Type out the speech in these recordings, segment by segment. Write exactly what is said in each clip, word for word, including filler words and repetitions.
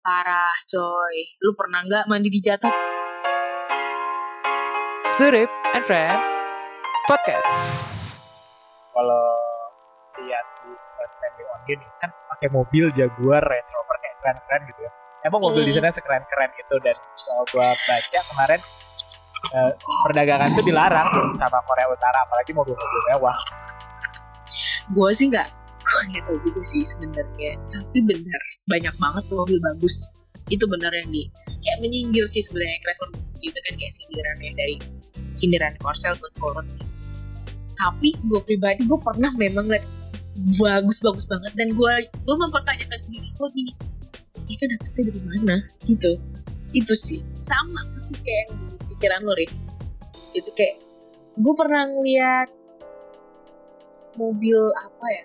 Parah coy. Lu pernah gak mandi di jatuh? Surip and Friends Podcast. Kalau lihat di Fast Family on gini kan pakai mobil Jaguar Range Rover kayak keren-keren gitu ya. Emang mobil hmm. di sana sekeren-keren itu. Dan soal gue baca kemarin eh, perdagangan tuh dilarang sama Korea Utara, apalagi mobil-mobil mewah. Gue sih nggak, gue nggak tahu juga sih sebenarnya. Tapi benar, banyak banget mobil bagus. Itu benar yang di kayak menyindir sih sebenarnya Chrysler itu kan kayak sindirannya dari sindiran Korsel buat Corvette. Tapi gue pribadi gue pernah memang lihat bagus-bagus banget dan gue gue mempertanyakan diri gue gini, mereka dapetnya dari mana gitu. Itu sih sama persis kayak yang di pikiran lo, Rif. Itu kayak gue pernah ngeliat mobil apa ya,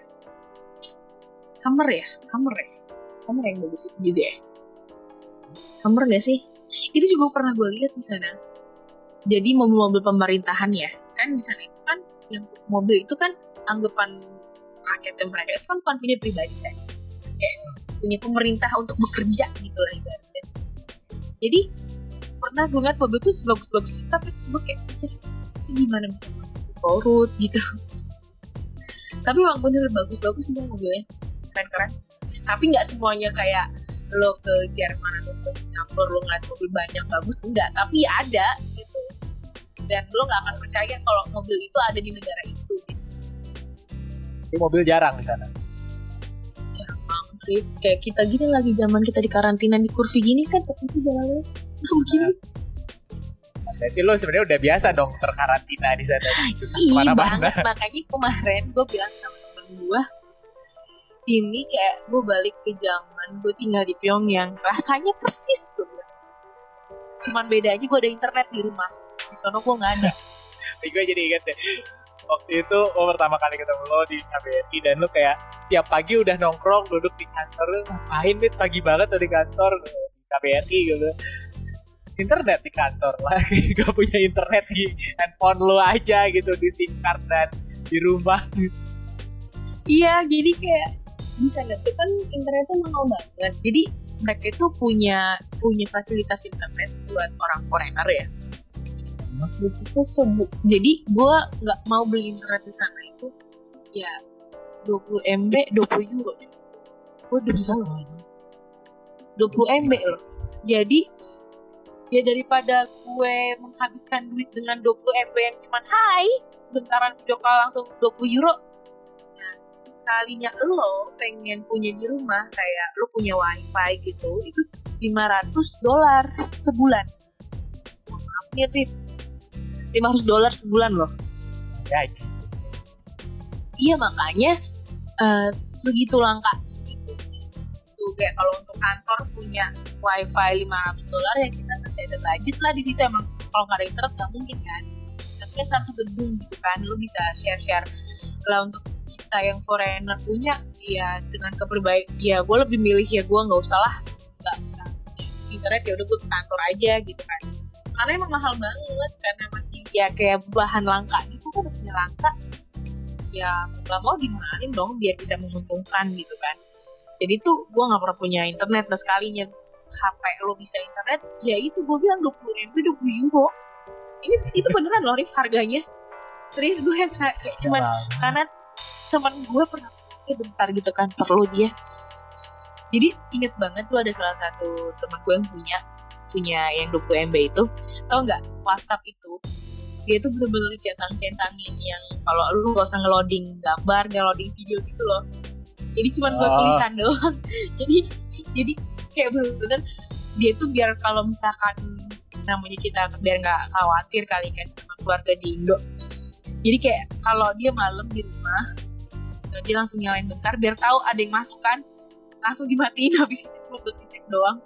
Hummer ya Hummer ya Hummer yang bagus itu juga ya, Hummer gak sih? Itu juga pernah gue lihat di sana. Jadi mobil-mobil pemerintahan ya kan di sana itu kan, yang mobil itu kan anggapan rakyatnya mereka itu kan bukan punya pribadi kan, kayak punya pemerintah untuk bekerja gitu lah ibaratnya. Jadi pernah gue ngeliat mobil tuh bagus-bagus itu, tapi terus gue kayak mikir ini gimana bisa masuk ke Korut gitu. Tapi memang bener bagus-bagus sih mobilnya, keren-keren. Tapi nggak semuanya kayak lo ke Jerman atau ke Singapura lo ngeliat mobil banyak bagus, enggak. Tapi ya ada gitu. Dan lo nggak akan percaya kalau mobil itu ada di negara itu gitu. Ini mobil jarang di sana. Jarang banget, Rip. Kayak kita gini lagi zaman kita di karantina di kursi gini kan seperti jalannya. Nah, begini. Jadi lo sebenarnya udah biasa dong terkarantina di sana, susah kemana-mana. Makanya kemarin gue bilang sama temen gue, ini kayak gue balik ke zaman gue tinggal di Pyongyang, rasanya persis tuh. Cuman bedanya gue ada internet di rumah, di sana gue nggak ada. Gue jadi ingat deh, waktu itu gue pertama kali ketemu lo di K B R I dan lo kayak tiap pagi udah nongkrong duduk di kantor, lo ngapain nih pagi banget tuh di kantor di K B R I gitu. Internet di kantor lagi, gak punya internet di handphone lo aja gitu, di SIM card dan di rumah. Iya, jadi kayak bisa nggak tuh kan internetnya mahal banget. Jadi mereka itu punya punya fasilitas internet buat orang foreigner ya. Which is tuh sebu. Jadi gue nggak mau beli internet di sana itu ya dua puluh megabyte, dua puluh euro. Gue udah bisa loh aja. dua puluh megabyte loh. Jadi ya daripada gue menghabiskan duit dengan dua puluh megabyte yang cuman hai, bentaran video call langsung dua puluh euro. Nah, sekalinya lo pengen punya di rumah kayak lo punya wifi gitu, itu lima ratus dolar sebulan. Maaf nih, Rif. lima ratus dolar sebulan loh. Gaji. Iya, makanya uh, segitu langka. Kayak kalau untuk kantor punya wifi lima ratus dolar ya kita masih ada budget lah di situ. Emang kalau nggak ada internet nggak mungkin kan. Tapi kan satu gedung gitu kan, lu bisa share-share lah. Untuk kita yang foreigner punya ya dengan keperbaik ya gue lebih milih ya gue nggak usah lah, nggak usah internet, ya udah gue ke kantor aja gitu kan. Karena emang mahal banget karena masih ya kayak bahan langka gitu kan, punya langka ya nggak mau dimahalin dong biar bisa menguntungkan gitu kan. Jadi tuh gue gak pernah punya internet. Nah sekalinya H P lo bisa internet, ya itu gue bilang dua puluh megabyte dua puluh euro. Ini itu beneran loh, Rif, harganya. Serius gue yang kayak cuman ya, karena teman gue pernah bentar gitu kan, perlu dia. Jadi inget banget tuh ada salah satu teman gue yang punya punya yang dua puluh megabyte itu. Tau gak WhatsApp itu dia tuh bener-bener centang-centangin yang kalau lu gak usah nge-loading gambar, nge-loading video gitu loh. Jadi cuma buat oh. tulisan doang. Jadi jadi kayak bener-bener dia tuh biar kalau misalkan namanya kita biar nggak khawatir kali kan sama keluarga di Indo. Jadi kayak kalau dia malam di rumah, dia langsung nyalain bentar biar tahu ada yang masuk kan, langsung dimatiin. Habis itu cuma buat ngecek doang.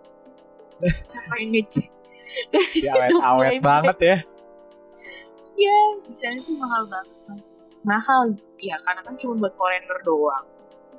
Siapa yang ngecek? Ya, awet-awet banget ya. Iya, misalnya tuh mahal banget mas. Mahal ya karena kan cuma buat foreigner doang.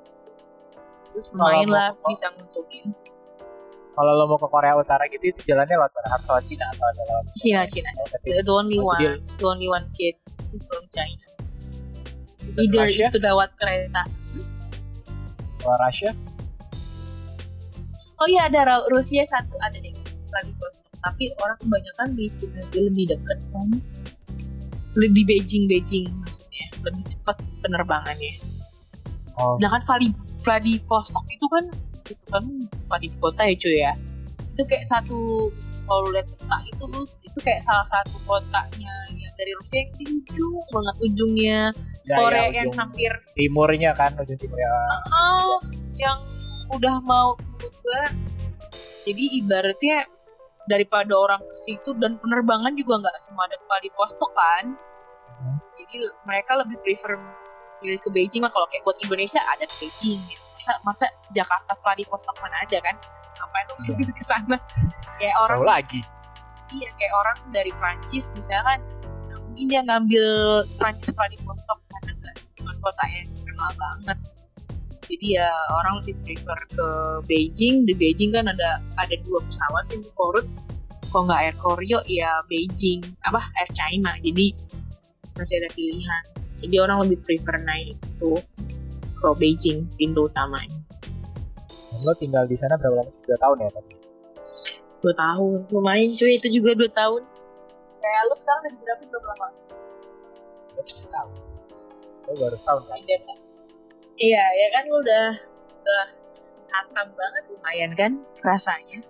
Terus main lah ke, bisa nguntungin. Kalau lo mau ke Korea Utara gitu itu jalannya lewat mana? Harus lewat Cina atau ada lewat Cina? Cina, Cina. The only oh, one, the only one kid is from China. Either itu lewat kereta. Kalau Russia? Oh iya ada Ra- Rusia satu ada deh Vladivostok, tapi orang kebanyakan di Cina sih lebih dekat soalnya. Di Beijing Beijing maksudnya lebih cepat penerbangannya. Oh. Sedangkan Vladi- Vladivostok itu kan itu kan bukan ibu kota ya cuy ya. Itu kayak satu kalau lihat peta itu itu kayak salah satu kotanya yang dari Rusia yang di ujung banget ujungnya. Ya, Korea ya, yang ujung hampir timurnya kan, ujung timurnya. oh, yang udah mau menurut gue. Jadi ibaratnya daripada orang ke situ dan penerbangan juga nggak semua ada ke Vladivostok kan. Hmm. Jadi mereka lebih prefer milih ke Beijing lah. Kalau kayak buat Indonesia ada ke Beijing gitu. Masa, masa Jakarta Vladivostok mana ada kan? Ngapain lu pergi ke sana? Kayak orang Jauh lagi. Iya, kayak orang dari Prancis misalkan, nah, mungkin dia ngambil Prancis Vladivostok karena nggak cuma kotanya terkenal banget. Jadi ya orang lebih prefer ke Beijing. Di Beijing kan ada ada dua pesawat yang dikorut. Kalau nggak Air Koryo ya Beijing apa Air China. Jadi masih ada pilihan. Jadi orang lebih prefer naik itu ke Beijing, pintu utamanya. Dan lo tinggal di sana berapa lama sih? Dua tahun ya tadi? Dua tahun, lumayan cuy, itu juga dua tahun. Kayak lo sekarang dari berapa berapa lama? Baru setahun. Lo baru setahun kan? Iya, ya kan lo udah udah hatam banget, lumayan kan rasanya.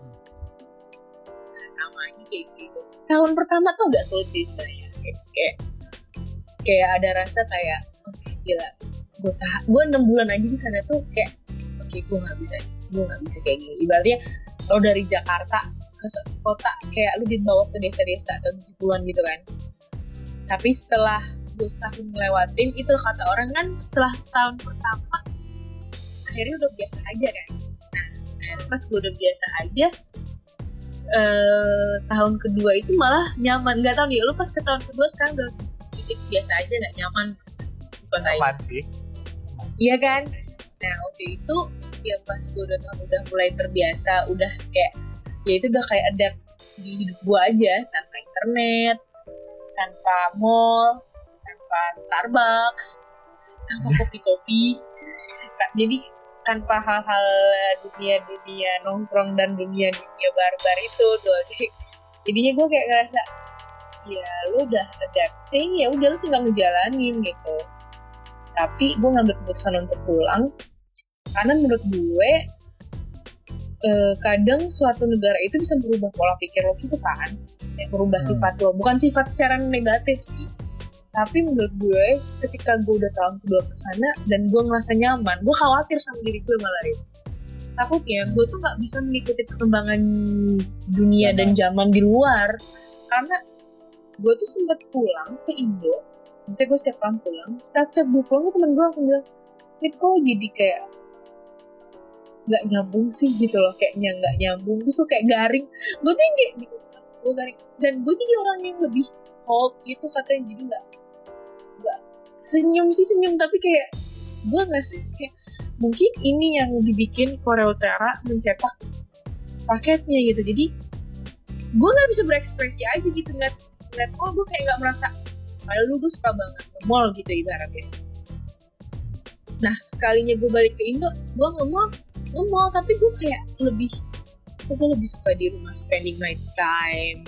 Nah, sama aja kayak gitu. Tahun pertama tuh agak sulit sih sebenarnya. Kayak kayak ada rasa kayak oh, gila. Gue tahan, gue enam bulan aja di sana tuh kayak oke okay, gue nggak bisa, gue nggak bisa kayak gini. Ibaratnya lo dari Jakarta ke suatu kota kayak lo dibawa ke desa-desa atau tujuh puluhan gitu kan. Tapi setelah gue setahun ngelewatin itu kata orang kan setelah setahun pertama akhirnya udah biasa aja kan. Nah pas gue udah biasa aja eh, tahun kedua itu malah nyaman. Nggak tahu nih lo pas ke tahun kedua sekarang udah titik biasa aja nggak nyaman? Nyaman sih. Iya kan. Nah waktu itu ya pas gue udah udah mulai terbiasa, udah kayak ya itu udah kayak ada di hidup gue aja, tanpa internet, tanpa mall, tanpa Starbucks, tanpa kopi-kopi. Nah, jadi tanpa hal-hal dunia-dunia nongkrong dan dunia-dunia barbar itu doang. Jadinya gue kayak ngerasa ya lu udah adapting, ya udah lu tinggal ngejalanin gitu. Tapi gue ngambil keputusan untuk pulang karena menurut gue eh, kadang suatu negara itu bisa merubah pola pikir lo gitu kan, ya, merubah hmm. sifat lo, bukan sifat secara negatif sih, tapi menurut gue ketika gue udah tahun kedua kesana dan gue ngerasa nyaman, gue khawatir sama diri gue malah itu takutnya gue tuh nggak bisa mengikuti perkembangan dunia hmm. dan zaman di luar, karena gue tuh sempat pulang ke Indo, maksudnya gue setiap tahun pulang, setiap gue pulang temen gue langsung bilang, Wait, kok jadi kayak nggak nyambung sih gitu loh, kayaknya nggak nyambung, terus kayak garing, gue tuh kayak gitu, gue garing, dan gue jadi orang yang lebih cold gitu katanya, jadi nggak nggak senyum sih senyum, tapi kayak gue ngerasa kayak mungkin ini yang dibikin Korea Utara mencetak paketnya gitu, jadi gue nggak bisa berekspresi aja gitu, ngeliat ngeliat mall gue kayak nggak merasa kayak lu gue suka banget ke mall gitu ibaratnya. Nah sekalinya gue balik ke Indo, gue nge-mall nge-mall tapi gue kayak lebih gue lebih suka di rumah, spending my time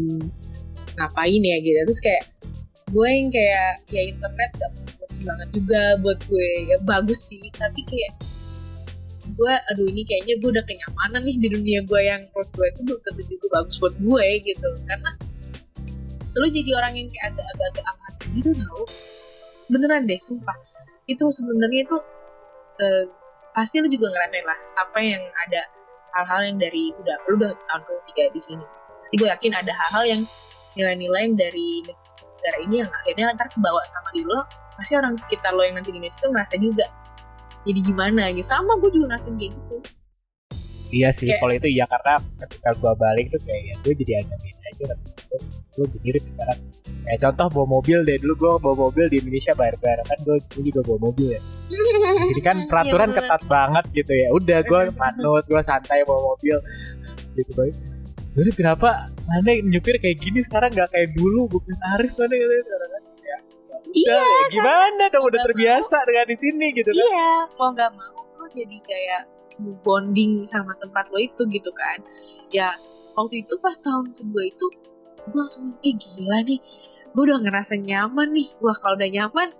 ngapain ya gitu. Terus kayak gue yang kayak ya internet gak penting banget juga buat gue, ya bagus sih tapi kayak gue aduh ini kayaknya gue udah kenyamanan nih di dunia gue yang menurut gue itu belum tentu juga bagus buat gue gitu, karena lu jadi orang yang kayak agak-agak apatis gitu tau, beneran deh sumpah. Itu sebenarnya itu eh, pasti lu juga ngerasain lah apa yang ada, hal-hal yang dari udah lu udah tahun ketiga di sini, pasti gue yakin ada hal-hal yang nilai-nilai yang dari negara ini yang akhirnya ntar kebawa sama diri lo, pasti orang sekitar lo yang nanti di Indonesia itu ngerasa juga jadi gimana gitu, sama gue juga ngerasain kayak gitu. Iya sih, kayak, kalau itu iya, karena ketika gue balik tuh kayak ya gue jadi agak beda aja kan. Gue mirip sekarang. Kayak contoh bawa mobil deh, dulu gue bawa mobil di Indonesia bayar-bayar, kan gue di sini juga bawa mobil ya. Di sini kan peraturan ketat banget gitu ya. Udah gue manut, gue santai bawa mobil gitu baik. Jadi kenapa mana nyupir kayak gini sekarang nggak kayak dulu, bukan tarif mana gitu sekarang kan? Ya, iya. Udah, ya, gimana dong udah terbiasa mau, dengan di sini gitu kan? Iya, mau nggak mau gue jadi kayak bonding sama tempat lo itu gitu kan. Ya waktu itu pas tahun kedua itu gue langsung eh gila nih, gue udah ngerasa nyaman nih. Wah kalau udah nyaman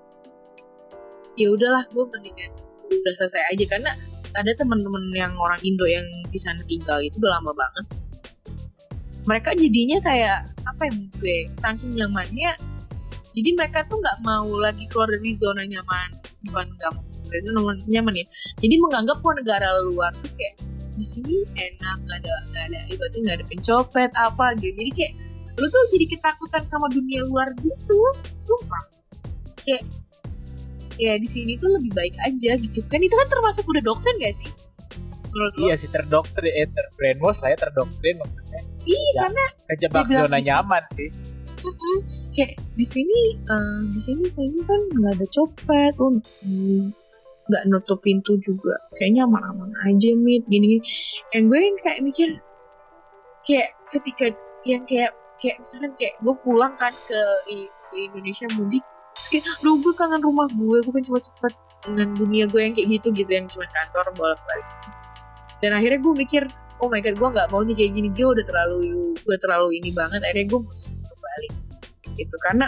ya udahlah, gue mendingan udah selesai aja. Karena ada teman-teman yang orang Indo yang di sana tinggal itu udah lama banget. Mereka jadinya kayak apa ya, gue saking nyamannya, jadi mereka tuh nggak mau lagi keluar dari zona nyaman. Bukan nggak mau dari zona nyaman ya, jadi menganggap bahwa negara luar tuh kayak di sini enak, nggak ada nggak ada ibaratnya nggak ada pencopet apa gitu. Jadi kayak lu tuh jadi ketakutan sama dunia luar gitu, sumpah. Kayak kayak di sini tuh lebih baik aja gitu kan. Itu kan termasuk udah doktrin gak sih menurut lo? Iya sih, terdoktrin, eh, terbrainwash lah ya, terdoktrin maksudnya. Iya ya, karena kejebak zona nyaman sih. Mm-mm. Kayak di sini uh, di sini saya kan nggak ada copet, lo nggak hmm, nutup pintu juga, kayaknya aman-aman aja mit gini-gini. And gue yang kayak mikir kayak ketika yang kayak kayak misalkan kayak gue pulang kan ke ke Indonesia mudik, terus kayak aduh gue kangen rumah gue, gue pengen cepet-cepet dengan dunia gue yang kayak gitu gitu, yang cuma kantor bolak-balik. Dan akhirnya gue mikir, oh my god, gue nggak mau nih kayak gini, gue udah terlalu gue terlalu ini banget. Akhirnya gue mesti kembali gitu, karena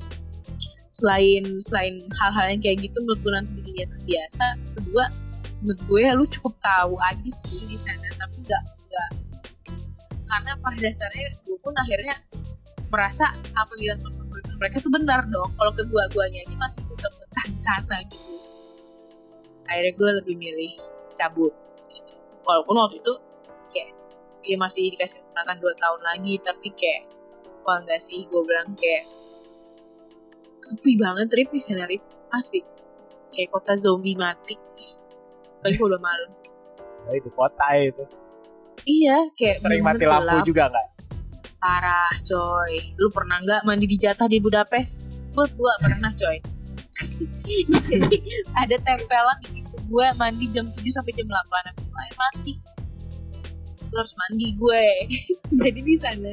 selain selain hal-hal yang kayak gitu menurut gue nanti jadinya terbiasa. Kedua, menurut gue ya lu cukup tahu aja sih di sana, tapi nggak nggak karena pada dasarnya gue pun akhirnya merasa apa yang dilakukan pemerintah mereka tuh benar dong. Kalau ke gua-guanya aja masih tetap betah di sana gitu. Akhirnya gue lebih milih cabut gitu. Walaupun waktu itu kayak dia masih dikasih kesempatan dua tahun lagi, tapi kayak wah enggak sih, gue bilang kayak sepi banget Rip di sana Rip, asli kayak kota zombie mati. Tapi udah malam. Oh, itu kota itu. Iya, kayak sering mati lampu gelap juga nggak? Parah coy. Lu pernah nggak mandi di jatah di Budapest? Gue gue pernah coy. Jadi ada tempelan di pintu gue, mandi jam tujuh sampai jam delapan, air mati. Gue harus mandi gue. Jadi di sana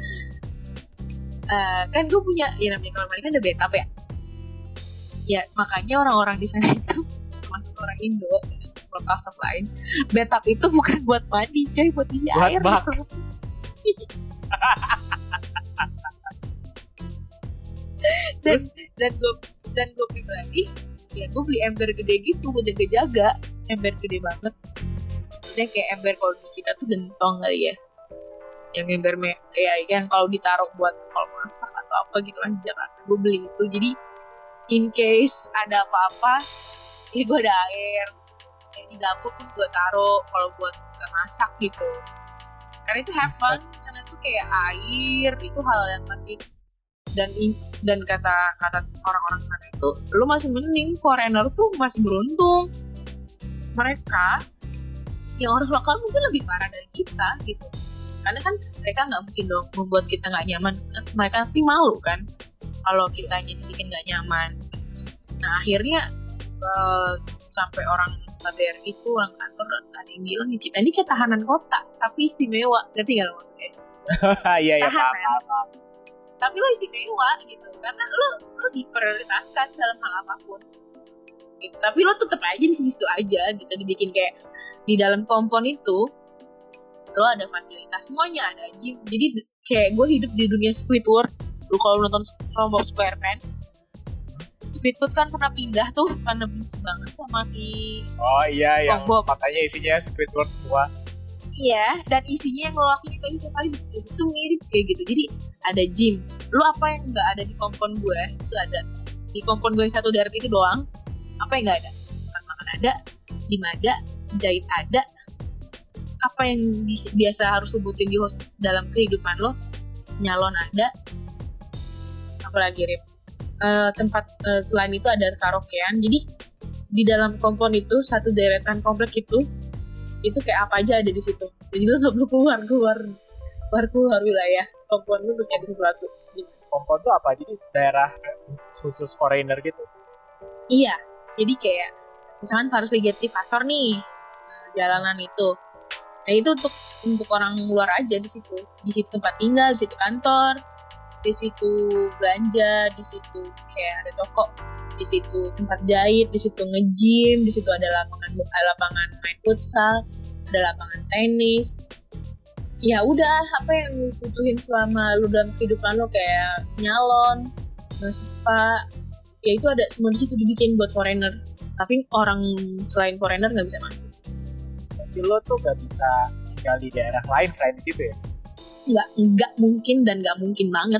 uh, kan gue punya ya namanya kamar mandi kan ada bathtub ya. Ya makanya orang-orang di sana itu termasuk orang Indo lokal lain, bathtub itu bukan buat mandi coy, buat isi buat air. dan dan gue dan gue pribadi ya gue beli ember gede gitu buat jaga-jaga, ember gede banget. Maksudnya kayak ember kalau di kita tuh gentong kali ya, yang ember me- kayak yang kalau ditaruh buat kalau masak atau apa gitu kan di Jakarta. Gue beli itu jadi in case ada apa-apa ya gue ada air. Kayak di dapur pun gue taruh kalau buat masak gitu. Karena itu have fun di sana tuh kayak air itu hal yang masih dan dan kata kata orang-orang sana itu lu masih mending, foreigner tuh masih beruntung. Mereka yang orang lokal mungkin lebih parah dari kita gitu. Karena kan mereka nggak mungkin dong membuat kita nggak nyaman. Mereka nanti malu kan kalau kita jadi bikin nggak nyaman. Nah akhirnya uh, sampai orang K B R I itu orang kantor ada yang bilang ya kita ini kayak tahanan kota tapi istimewa, ngerti nggak lo maksudnya? Iya iya tahanan paham. Tapi lo istimewa gitu karena lo lo diprioritaskan dalam hal apapun gitu. Tapi lo tetap aja di situ aja gitu, dibikin kayak di dalam kompon itu lo ada fasilitas semuanya, ada gym. Jadi kayak gue hidup di dunia Squidward. Lo kalau nonton SpongeBob SquarePants, Squidward kan pernah pindah tuh karena benci banget sama si oh iya yang SpongeBob. Makanya isinya Squidward semua. Iya, dan isinya yang lo lakuin itu tiap hari begitu itu mirip kayak gitu. Jadi ada gym. Lo apa yang nggak ada di kompon gue itu ada di kompon gue yang satu darat itu doang. Apa yang nggak ada? Makan makan ada, gym ada, jahit ada. Apa yang bi- biasa harus lo butuhin di host dalam kehidupan lo? Nyalon ada. Apalagi Rip? Uh, tempat uh, selain itu ada karaokean. Jadi di dalam kompon itu satu deretan komplek itu itu kayak apa aja ada di situ. Jadi lo nggak perlu keluar keluar keluar keluar wilayah kompon lu untuk nyari sesuatu. Gitu. Kompon tuh apa? Jadi daerah khusus foreigner gitu. Iya. Jadi kayak misalkan Paris Ligeti Fasor nih jalanan itu. Nah itu untuk untuk orang luar aja di situ. Di situ tempat tinggal, di situ kantor. di situ belanja, di situ kayak ada toko, di situ tempat jahit, di situ nge-gym, di situ ada lapangan lapangan main futsal, ada lapangan tenis. Ya udah, apa yang lu butuhin selama lu dalam kehidupan lo kayak nyalon, spa, ya itu ada semua di situ dibikin buat foreigner. Tapi orang selain foreigner nggak bisa masuk. Jadi lo tuh nggak bisa tinggal di daerah lain selain di situ ya? Nggak, nggak mungkin dan nggak mungkin banget.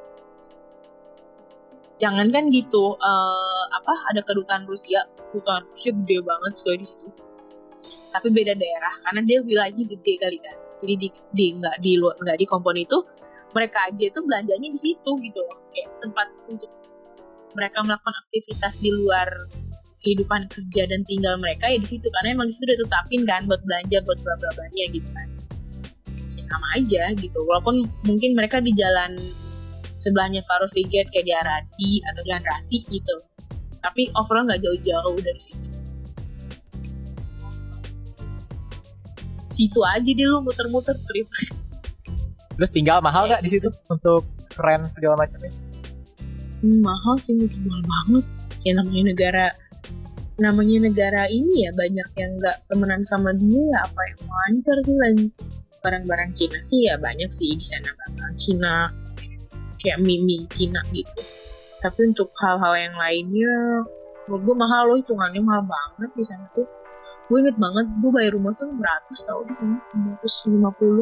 Jangan kan gitu, uh, apa ada kedutaan Rusia, kedutaan Rusia gede banget coy di situ. Tapi beda daerah karena dia wilayahnya gede kali kan. Jadi di, di nggak di luar nggak di kompon itu, mereka aja itu belanjanya di situ gitu loh. Kayak tempat untuk mereka melakukan aktivitas di luar kehidupan kerja dan tinggal mereka ya di situ, karena emang di situ udah tetapin kan buat belanja buat bla bla blanya gitu kan. Ya sama aja gitu, walaupun mungkin mereka di jalan sebelahnya Faros Liget kayak di Aradi atau di Rasi gitu, tapi overall nggak jauh-jauh dari situ. Situ aja deh lu muter-muter trip. Terus tinggal mahal nggak di situ untuk rent segala macamnya? Hmm, mahal sih, mahal banget. Ya namanya negara, namanya negara ini ya banyak yang nggak temenan sama dia ya, apa yang lancar sih lain barang-barang Cina sih ya banyak sih di sana barang Cina kayak mie-mie Cina gitu. Tapi untuk hal-hal yang lainnya, menurut gue mahal loh, hitungannya mahal banget di sana tuh. Gue inget banget, gue bayar rumah tuh enam ratus tau di sana, enam ratus lima puluh.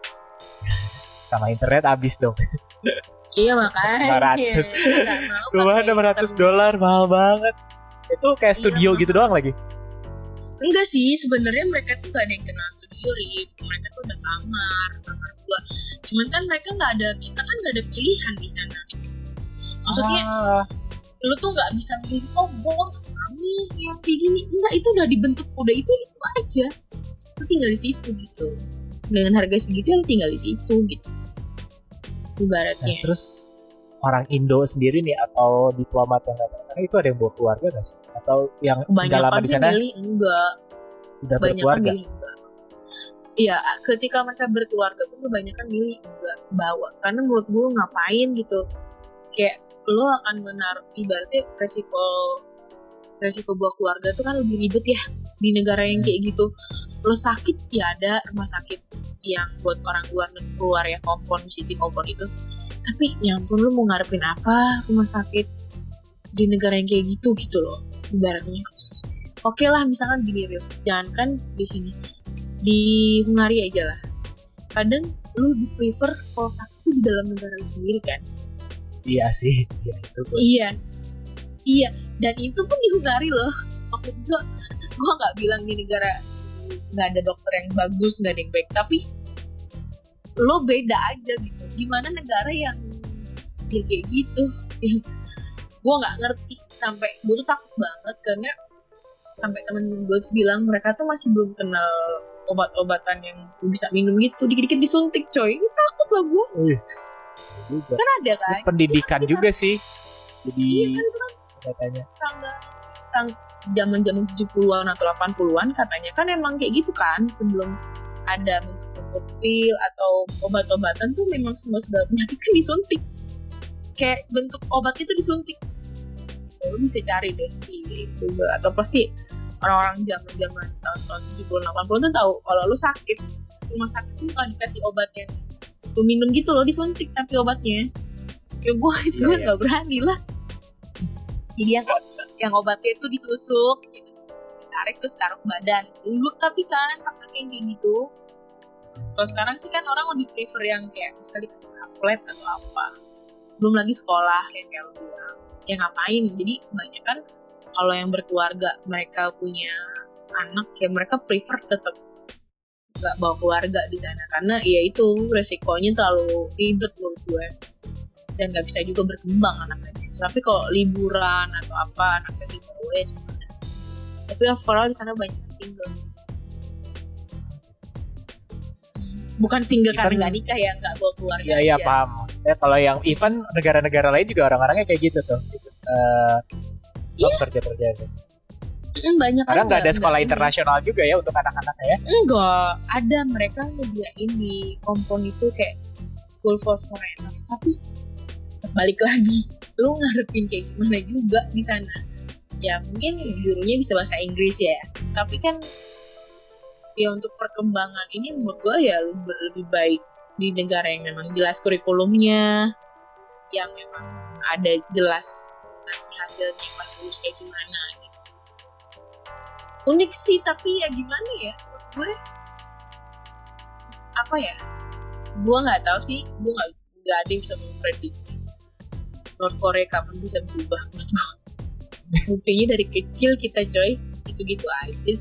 Sama internet habis dong. Iya makanya. lima ratus. Rumah enam ratus dolar mahal banget. Itu kayak studio iya, gitu doang lagi. Enggak sih, sebenarnya mereka tuh gak ada yang kenal studio, Rip. Mereka tuh udah kamar, kamar dua. Cuman kan mereka gak ada, kita kan gak ada pilihan di sana. Maksudnya, ah. lu tuh gak bisa milih, oh gue kami yang kayak gini. Enggak, itu udah dibentuk, udah itu, itu aja. Lu tinggal di situ gitu. Dengan harga segitu, lu tinggal di situ gitu. Ibaratnya. Nah, terus orang Indo sendiri nih atau diplomat yang datang sana itu ada yang bawa keluarga nggak sih? Atau yang tinggal lama di sana? Milih, enggak. Udah berkeluarga? Iya, ketika mereka berkeluarga pun kebanyakan milih enggak bawa. Karena menurut gue ngapain gitu? Kayak lo akan menaruh, ibaratnya resiko resiko bawa keluarga tuh kan lebih ribet ya di negara yang kayak gitu. Lo sakit ya ada rumah sakit yang buat orang luar keluar ya, kompon, city kompon itu. Tapi ya ampun, lu mau ngarepin apa rumah sakit di negara yang kayak gitu gitu loh ibaratnya. Oke lah misalkan gini Ril, jangan kan di sini di Hungaria aja lah, kadang lu lebih prefer kalau sakit tuh di dalam negara lu sendiri kan. Iya sih ya, itu iya iya dan itu pun di Hungaria loh. Maksud gue gue nggak bilang di negara nggak ada dokter yang bagus, nggak ada yang baik, tapi lo beda aja gitu. Gimana negara yang ya kayak gitu, yang gue nggak ngerti, sampai gue tuh takut banget karena sampai temen gue tuh bilang mereka tuh masih belum kenal obat-obatan yang bisa minum gitu, dikit-dikit disuntik coy. Ini takut lah gue. Juga. Kan ada kan. Terus pendidikan juga kan sih. Jadi iya kan itu kan katanya tentang zaman-zaman tujuh puluhan atau delapan puluhan katanya kan emang kayak gitu kan, sebelum ada bentuk-bentuk pil atau obat-obatan tuh memang semua segala penyakit kan disuntik, kayak bentuk obat itu disuntik. Lo bisa cari deh di Google atau pasti orang-orang zaman-zaman tahun-tahun tujuh puluh delapan puluh tuh tahu kalau lu sakit rumah sakit tuh kan dikasih obat yang lu minum gitu loh, disuntik tapi obatnya. Ya gue itu iya, nggak iya. berani lah. Jadi yang yang obatnya itu ditusuk gitu, ditarik terus taruh badan dulu, tapi kan pakai kayak gitu. Kalau sekarang sih kan orang lebih prefer yang kayak misalnya dikasih tablet atau apa. Belum lagi sekolah yang kayak lo bilang. Ya ngapain? Jadi kebanyakan kalau yang berkeluarga mereka punya anak ya mereka prefer tetap nggak bawa keluarga di sana karena ya itu resikonya terlalu ribet menurut gue. Dan nggak bisa juga berkembang anaknya. Tapi kalau liburan atau apa anaknya dibawa ya semua. Tapi overall di sana banyak single sih. Bukan single even, karena nggak nikah ya, nggak bawa keluarga. Iya iya paham. Ya kalau yang even negara-negara lain juga orang-orangnya kayak gitu tuh. Uh, iya. Kerja-kerja itu. Banyak. Karena nggak ada sekolah internasional ini. juga ya untuk anak-anaknya ya? Enggak, ada, mereka nyediain di kompon itu kayak school for foreigner. Tapi balik lagi, lu ngarepin kayak gimana juga di sana. Ya mungkin gurunya bisa bahasa Inggris ya, tapi kan ya untuk perkembangan ini menurut gue ya lebih baik di negara yang memang jelas kurikulumnya, yang memang ada jelas nanti hasilnya pas lulus kayak gimana gitu. Unik sih, tapi ya gimana ya, menurut gue apa ya, gue nggak tahu sih, gue nggak nggak ada yang bisa memprediksi North Korea kapan bisa berubah. Menurut gue buktinya dari kecil kita coy gitu-gitu aja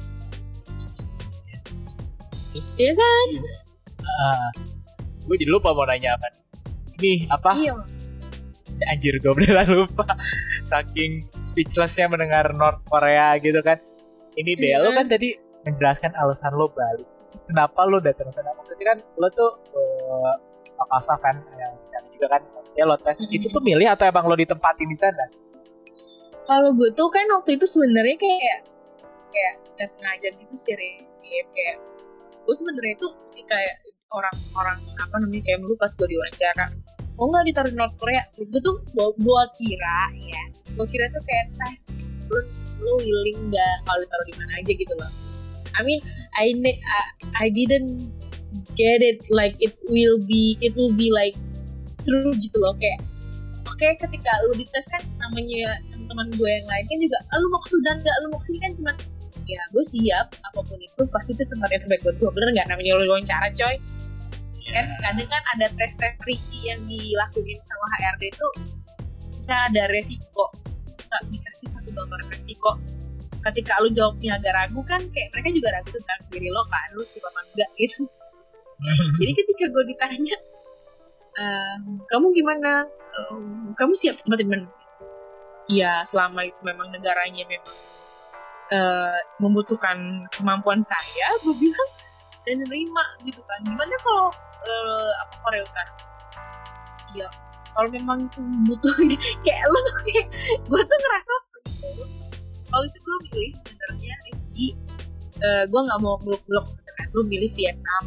ya kan. Uh, gue jadi lupa mau nanya apa ini apa iya. Anjir gue beneran lupa saking speechlessnya mendengar North Korea gitu kan. Ini deh Mm-hmm. lo kan tadi menjelaskan alasan lo balik, terus kenapa lo datang sana. Maksudnya kan lo tuh uh, Pakasa kan yang di sana juga kan ya, lo tes mm-hmm. itu tuh milih atau emang lo ditempatin di sana? Kalau gue tuh kan waktu itu sebenarnya kayak kayak nggak sengaja gitu sih, kayak gue sebenarnya itu ketika orang-orang apa namanya kayak dulu pas gue diwawancara, mau nggak ditaruh di North Korea, gue tuh gue kira ya, gue kira tuh kayak tes lu lu willing nggak kalau ditaruh di mana aja gitu loh. I mean I I, I didn't get it like it will be it will be like true gitu loh, kayak oke okay, ketika lu dites kan namanya teman-teman gue yang lain kan juga, ah, lu mau ke Sudan nggak, lu mau ke sini kan, cuma ya gue siap apapun itu, pasti itu tempat yang terbaik buat gue, bener nggak, namanya lu wawancara coy. Yeah. Kan kadang kan ada tes-tes tricky yang dilakuin sama H R D itu, misalnya ada resiko, bisa dikasih satu gambar resiko, ketika lu jawabnya agak ragu kan, kayak mereka juga ragu tentang diri lo kan, lu siap apa enggak gitu. Jadi ketika gue ditanya, ehm, kamu gimana, ehm, kamu siap tempat di mana? Ya selama itu memang negaranya memang Uh, membutuhkan kemampuan saya, gue bilang saya nerima gitu kan. Gimana kalau uh, apa Korea Utara? Ya kalau memang itu butuh kayak lo tuh kayak gue tuh ngerasa gitu. Kalau itu gue milih sebenarnya di uh, gue nggak mau blok-blok gitu kan, gue milih Vietnam.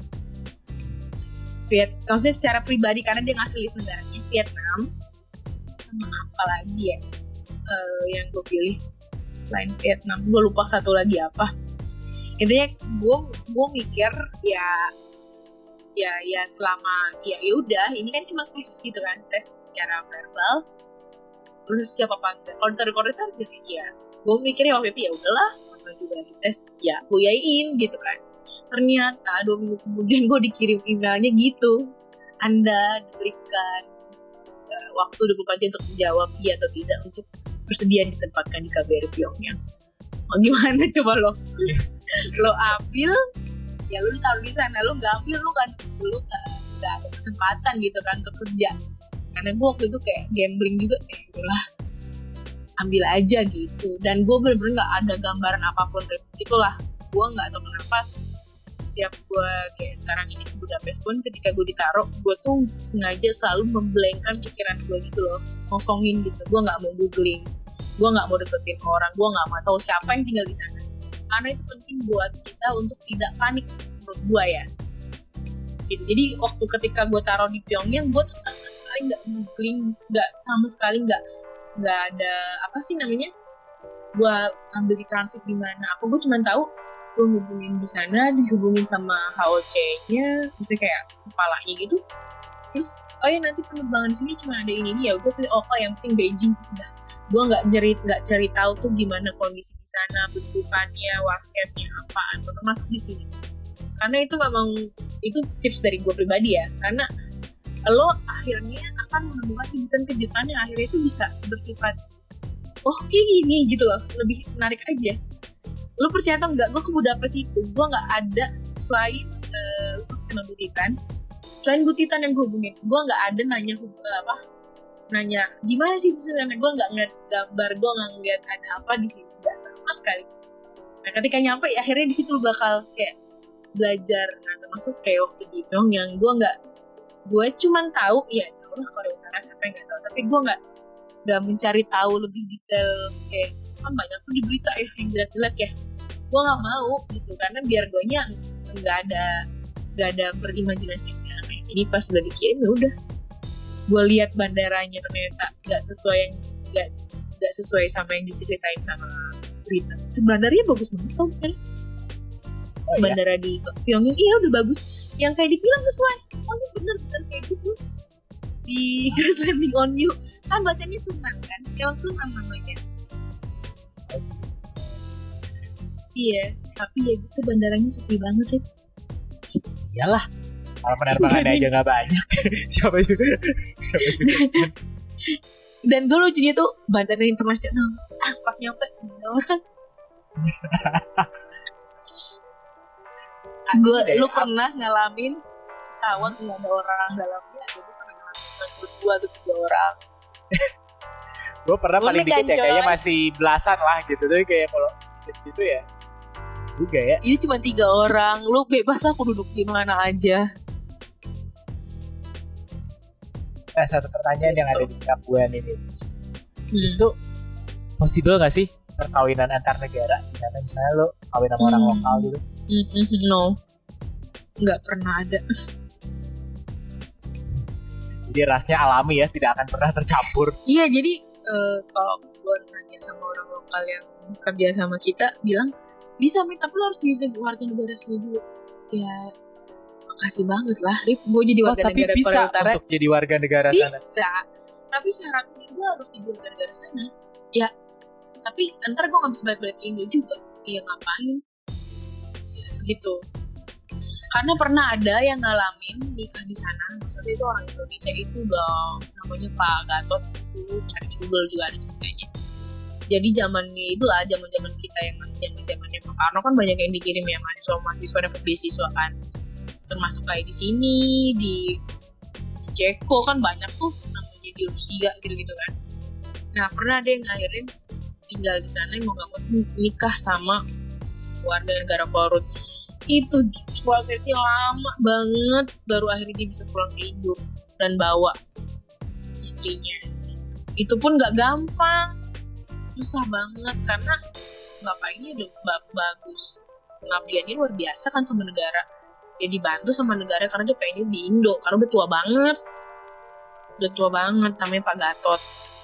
Viet, maksudnya secara pribadi karena dia ngasih list negaranya Vietnam sama apa lagi ya uh, yang gue pilih selain Vietnam, gue lupa satu lagi apa. Intinya gue gue mikir ya ya ya selama ya ya udah ini kan cuma tes gitu kan, tes secara verbal, terus siapa apa enggak. Kalau terrecord itu ya gue mikirnya waktu itu ya udahlah, apa juga tes ya gue yain gitu kan. Ternyata dua minggu kemudian gue dikirim emailnya gitu, Anda diberikan uh, waktu dua puluh empat jam untuk menjawab iya atau tidak untuk bersedia ditempatkan di K B R I Pyongyang. Oh, gimana coba lo? Lo ambil, ya lo ditaruh di sana. Lo nggak ambil, lo kan lo nggak ada kesempatan gitu kan untuk kerja. Karena gue waktu itu kayak gambling juga, eh udah ambil aja gitu. Dan gue bener-bener nggak ada gambaran apapun. Itulah, gue nggak tahu kenapa setiap gue kayak sekarang ini ke Budapest pun ketika gue ditaruh, gue tuh sengaja selalu memblankkan pikiran gue gitu loh, kosongin gitu. Gue nggak mau googling, gue nggak mau deketin orang, gue nggak mau tahu siapa yang tinggal di sana, karena itu penting buat kita untuk tidak panik menurut gue ya. Gitu. Jadi waktu ketika gue taruh di Pyongyang, gue tuh sama sekali nggak googling, nggak sama sekali nggak nggak ada apa sih namanya, gue ambil di transit di mana, apa gue cuma tahu gue hubungin di sana, dihubungin sama H O C-nya, maksudnya kayak kepalanya gitu. Terus, oh ya nanti penerbangan sini cuma ada ini nih ya, gue pilih oh yang penting Beijing. Udah, gue nggak cerit nggak cari tahu tuh gimana kondisi di sana, bentukannya, warketnya apaan, termasuk di sini. Karena itu memang itu tips dari gue pribadi ya, karena lo akhirnya akan menemukan kejutan-kejutan yang akhirnya itu bisa bersifat oh kayak gini gitu loh, lebih menarik aja. Lu percaya atau enggak, gue ke Budapest itu gue nggak ada selain uh, pas kena butitan, selain butitan yang gue hubungin, gue nggak ada nanya uh, apa nanya gimana sih di sana, gue nggak ngeliat gambar, gue nggak ngeliat ada apa di sini, nggak sama sekali. Nah ketika nyampe ya, akhirnya di situ lu bakal kayak belajar, nah termasuk kayak waktu di Pyongyang, gue nggak gue cuman tahu ya Allah Korea Utara siapa yang nggak tahu, tapi gue nggak nggak mencari tahu lebih detail kayak kan banyak tuh di berita ya yang jelek-jelek ya, gue nggak mau gitu, karena biar gue nya nggak ada nggak ada berimajinasi. Jadi pas udah dikirim ya udah gue lihat bandaranya ternyata nggak sesuai yang nggak nggak sesuai sama yang diceritain sama berita. Itu bandaranya bagus banget tau misalnya. Oh, bandara iya? Di Pyongyang iya udah bagus, yang kayak dibilang sesuai, oh ini bener-bener kayak gitu. Di Crash Landing on You kan bacanya Sunan kan, Keong Sunan namanya. Iya, tapi ya gitu bandaranya sepi banget sih. Iyalah, kalau penerbangannya aja nggak banyak, siapa juga, siapa juga. Dan gue lucunya tuh bandara internasional, ah, pas nyampe ada orang. Gue, lu pernah ngalamin pesawat nggak ada orang dalamnya? Gue pernah ngalamin cuma berdua atau tiga orang. Gue pernah paling dikit ya, kayaknya masih belasan lah gitu. Tapi kayak kalau gitu ya juga ya. Itu cuma tiga orang, lu bebas aku duduk di mana aja. Nah, satu pertanyaan yang ada di kap gue nih, hmm. itu possible nggak sih perkawinan antar negara? Misalnya, misalnya lo kawin sama hmm. orang lokal gitu? Mm-mm, no, nggak pernah ada. Jadi rasnya alami ya, tidak akan pernah tercampur. Iya, jadi uh, kalau gue nanya sama orang lokal yang kerja sama kita, bilang bisa nih, tapi lo harus jadi warga negara sini dulu. Ya, makasih banget lah, Rif. Gue jadi warga oh, negara Korea Utara. Untuk jadi warga negara bisa, sana. Bisa, tapi syaratnya gue harus jadi warga negara sana. Ya, tapi ntar gue nggak bisa balik-balik ke Indo juga. Iya ngapain? Gitu. Karena pernah ada yang ngalamin nikah di sana, maksudnya itu orang Indonesia itu udah namanya Pak Gatot, itu cari di Google juga ada ceritanya. Jadi zamannya itu lah, zaman-zaman kita yang masih zaman-zamannya Pak Karno kan banyak yang dikirim ya mahasiswa-mahasiswa dapat beasiswa kan, termasuk kayak di sini di, di Ceko kan banyak tuh namanya di Rusia gitu-gitu kan. Nah pernah ada yang ngakhirin tinggal di sana mau nggak mau nikah sama warga negara Korut. Itu prosesnya lama banget, baru akhirnya dia bisa pulang ke Indo dan bawa istrinya. Itu pun nggak gampang, susah banget karena bapaknya udah bagus, pengabdiannya luar biasa kan sama negara. Dia dibantu sama negara karena dia pengen di Indo, karena udah tua banget, udah tua banget, namanya Pak Gatot.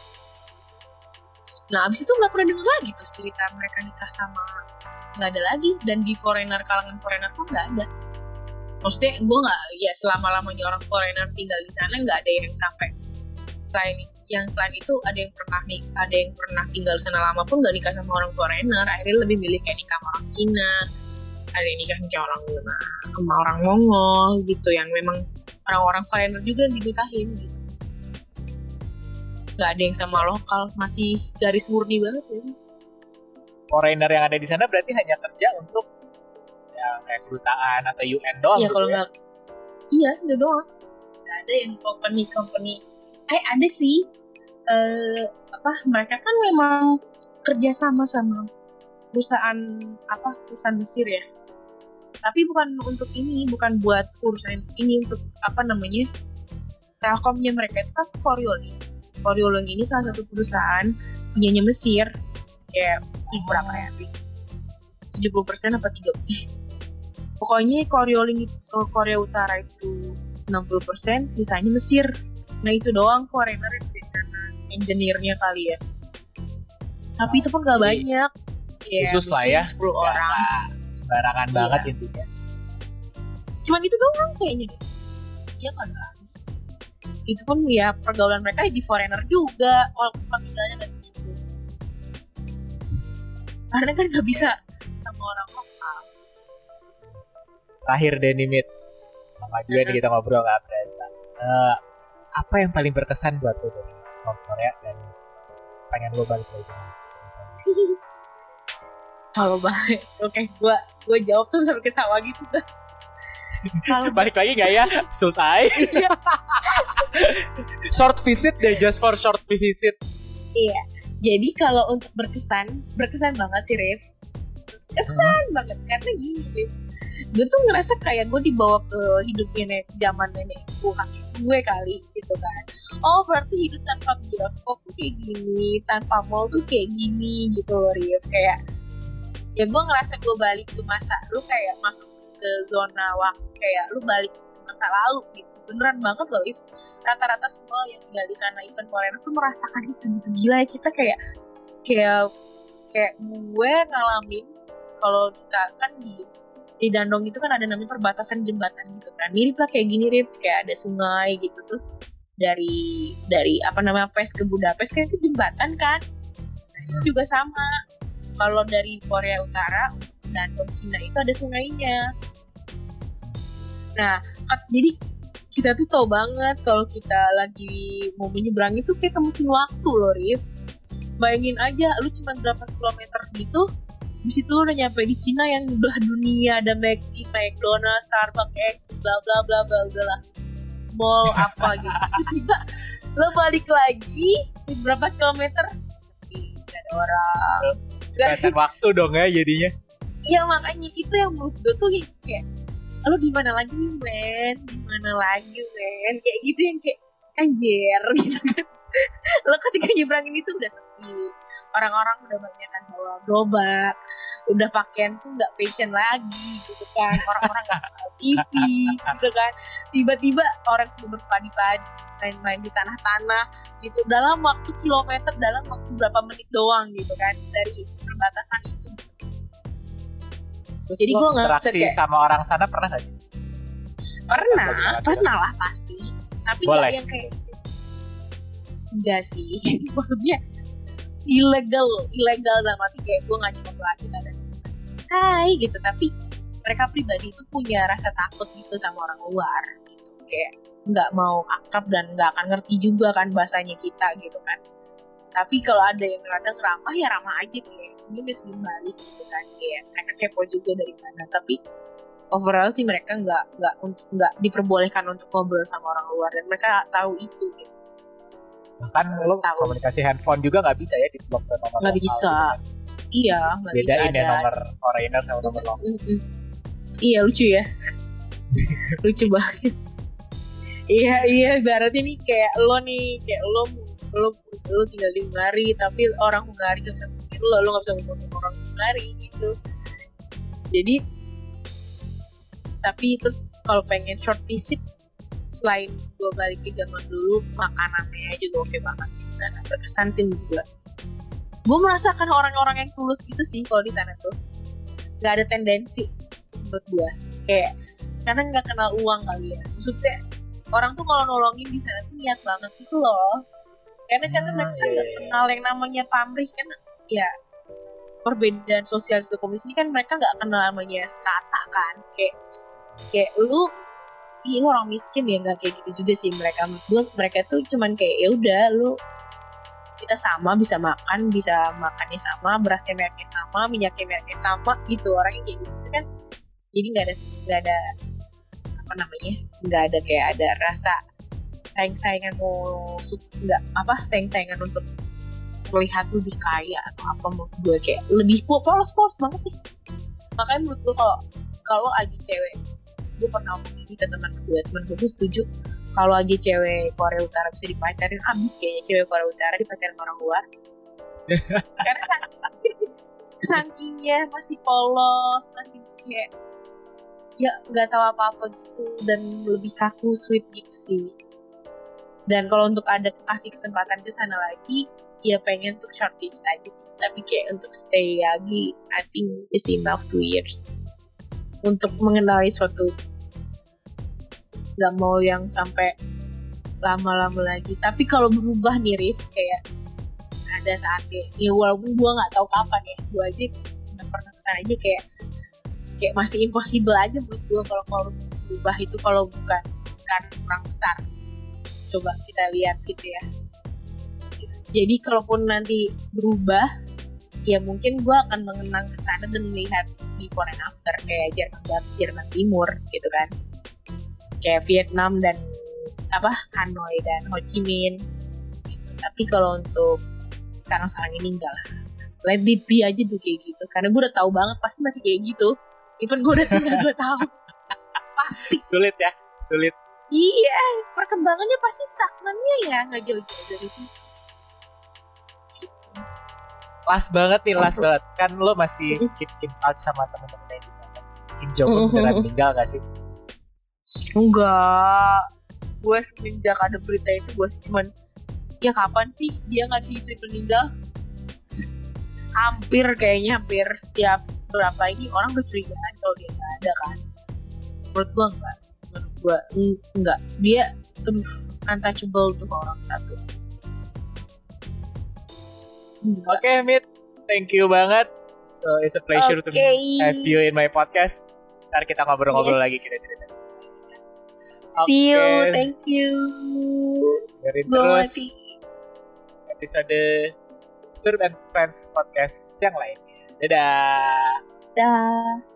Nah abis itu nggak pernah dengar lagi tuh cerita mereka nikah sama, nggak ada lagi. Dan di foreigner, kalangan foreigner pun nggak ada. Maksudnya gue nggak, ya selama lamanya orang foreigner tinggal di sana nggak ada yang sampai selain yang selain itu ada yang pernah nih, ada yang pernah tinggal di sana lama pun nggak nikah sama orang foreigner. Akhirnya lebih milih kayak nikah sama orang Cina, ada yang nikah nikah orang sama orang Mongol gitu, yang memang orang-orang foreigner juga dinikahin gitu. Nggak ada yang sama lokal, masih garis murni banget ya. Foreigner yang ada di sana berarti hanya kerja untuk ya kayak kedutaan atau U N doang. Iya gitu kalau ya? nggak, iya itu doang. Nggak ada yang company-company. Eh ada sih, eh, apa mereka kan memang kerja sama sama perusahaan apa perusahaan Mesir ya. Tapi bukan untuk ini, bukan buat urusan ini, untuk apa namanya Telkomnya mereka itu kan Coriolis. Coriolis ini salah satu perusahaan punyanya Mesir, kayak berapa ya? tujuh puluh persen apa tiga puluh persen? Pokoknya Coriolis itu Korea Utara itu enam puluh persen, sisanya Mesir. Nah itu doang foreigner yang di sana, engineer-nya kali ya. Tapi oh, itu pun gak banyak. Khusus lah ya, sepuluh orang. Sembarangan iya. banget intinya. Cuman itu doang kayaknya deh. Iya kan? Itu pun ya pergaulan mereka di foreigner juga, walaupun tinggalnya nggak di situ. Karena kan nggak bisa sama orang lokal. Terakhir deh nih Mit, lama juga nih kita ngobrol nggak berasa. Uh, apa yang paling berkesan buat lo dari North Korea dan pengen lo balik lagi sana? Kalau balik, oke, okay, gue gue jawab tuh sampai ketawa gitu. Kalau balik lagi nggak ya, Sultai? Short visit deh, just for short visit. Iya. Jadi kalau untuk berkesan, berkesan banget sih, Rif. Kesan hmm. banget karena gini, Rif. Gue tuh ngerasa kayak gue dibawa ke hidupnya nenek, zaman nenek gue, kakek gue kali gitu kan. Oh berarti hidup tanpa bioskop tuh kayak gini, tanpa mall tuh kayak gini gitu loh, Rif. Kayak ya gue ngerasa gue balik ke masa lu kayak masuk ke zona waktu, kayak lu balik ke masa lalu gitu. Beneran banget loh, if rata-rata semua yang tinggal di sana event foreigner tuh merasakan itu gitu. Gila ya, kita kayak kayak kayak gue ngalamin kalau kita kan di di Dandong itu kan ada namanya perbatasan jembatan gitu kan, mirip lah kayak gini, Rip, kayak ada sungai gitu, terus dari dari apa namanya Pes ke Budapest kan itu jembatan kan. Nah itu juga sama, kalau dari Korea Utara untuk Dandong Cina itu ada sungainya. Nah jadi kita tuh tahu banget kalau kita lagi mau menyeberang itu kayak ke mesin waktu loh, Rif. Bayangin aja lu cuma berapa kilometer gitu, di situ lu udah nyampe di Cina yang udah dunia, ada McD, McDonald's, Starbucks, bla bla bla bla, udahlah mall apa gitu. Tiba lo balik lagi berapa kilometer, sepi, gak ada orang. Kelihatan waktu dong ya jadinya. Iya makanya itu yang menurut gue tuh kayak, lo gimana lagi men, gimana lagi men, kayak gitu yang kayak anjir gitu kan. Lo ketika nyebrangin itu udah sepi, orang-orang udah banyak kan bawa gerobak, udah pakaian tuh nggak fashion lagi gitu kan, orang-orang nggak bawa T V gitu kan, tiba-tiba orang sudah berpadi-padi main-main di tanah-tanah gitu dalam waktu kilometer, dalam waktu berapa menit doang gitu kan dari perbatasan itu. Terus jadi gue nggak interaksi sama orang sana pernah nggak sih? Pernah, pernah lah pasti, tapi nggak yang kayak enggak sih, maksudnya ilegal, ilegal dalam arti kayak gue nggak cuma belajar dan hai gitu, tapi mereka pribadi itu punya rasa takut gitu sama orang luar gitu, kayak nggak mau akrab dan nggak akan ngerti juga kan bahasanya kita gitu kan. Tapi kalau ada yang kadang ramah ya ramah aja, kayak senyum ya senyum balik gitu kan, kayak mereka kepo juga dari mana, tapi overall sih mereka nggak nggak untuk nggak diperbolehkan untuk ngobrol sama orang luar dan mereka tahu itu gitu. Bahkan lo tahu. Komunikasi handphone juga nggak bisa ya di blok ke nomor nggak bisa gitu kan. Iya nggak bisa bedain ada ya nomor foreigner sama nomor lokal. Mm-hmm. Iya lucu ya. Lucu banget. Iya iya berarti nih kayak lo nih kayak lo lo lo tinggal di Hungari tapi orang Hungari nggak bisa ngomongin lo, lo nggak bisa ngomongin orang Hungari gitu. Jadi tapi terus kalau pengen short visit, selain gue balik ke zaman dulu, makanannya juga oke banget sih di sana, berkesan sih juga. Gue merasakan orang-orang yang tulus gitu sih kalau di sana tuh, nggak ada tendensi menurut gue, kayak karena nggak kenal uang kali ya. Maksudnya orang tuh kalau nolongin di sana tuh niat banget gitu loh. Karena karena hmm, mereka nggak yeah. kenal yang namanya pamrih kan, ya perbedaan sosial dan komunis ini kan mereka nggak kenal namanya strata kan, kayak kayak lu ih lu orang miskin ya, nggak kayak gitu juga sih mereka. Menurut gue mereka tuh cuman kayak ya udah lu kita sama, bisa makan bisa makannya sama, berasnya mereknya sama, minyaknya mereknya sama gitu, orangnya kayak gitu kan. Jadi nggak ada nggak ada apa namanya nggak ada kayak ada rasa saing-saingan mau nggak apa saing-saingan untuk terlihat lebih kaya atau apa. Menurut gue kayak lebih polos-polos banget nih. Makanya menurut gue kalau kalau aja cewek, gue pernah ngomong ini ke teman gue, teman gue tuh setuju kalau aja cewek Korea Utara bisa dipacarin, abis kayaknya cewek Korea Utara dipacarin orang luar. Karena saking, sakingnya masih polos, masih kayak ya nggak tahu apa-apa gitu dan lebih kaku, sweet gitu sih. Dan kalau untuk ada kasih kesempatan ke sana lagi, ya pengen untuk short visit aja sih. Tapi kayak untuk stay lagi, I think is enough two years. Untuk mengenali suatu, nggak mau yang sampai lama-lama lagi. Tapi kalau berubah nih Rif, kayak ada saatnya ya walaupun gue nggak tahu kapan ya, gue aja nggak pernah kesana aja, kayak kayak masih impossible aja menurut gue kalau mau berubah itu kalau bukan kan orang besar. Coba kita lihat gitu ya. Jadi kalaupun nanti berubah, ya mungkin gue akan mengenang ke sana dan melihat before and after kayak Jerman Barat, Jerman Timur gitu kan, kayak Vietnam dan apa Hanoi dan Ho Chi Minh gitu. Tapi kalau untuk sekarang-sekarang ini enggak lah, let it be aja tuh kayak gitu, karena gue udah tahu banget pasti masih kayak gitu, even gue udah tinggal dua tahun pasti sulit ya sulit. Iya, perkembangannya pasti stagnannya ya nggak jauh-jauh dari situ. Last banget nih, last banget. Kan lo masih keep in touch sama temen-temen yang di sana. Kim Jong Un beneran tinggal gak sih? Enggak, gue semenjak ada berita itu gue cuman ya kapan sih dia nggak diisi meninggal. Hampir kayaknya hampir setiap berapa ini orang udah curigaan kalau dia nggak ada kan. Menurut gue enggak, menurut gue enggak, dia aduh, untouchable tuh orang satu. Oke, okay, Mit, thank you banget. So it's a pleasure okay. to have you in my podcast. Ntar kita ngobrol-ngobrol yes. lagi, kita cerita. Okay. See you, thank you. Dari terus mati. episode Surf and Friends podcast yang lainnya. Dadah. Dadah.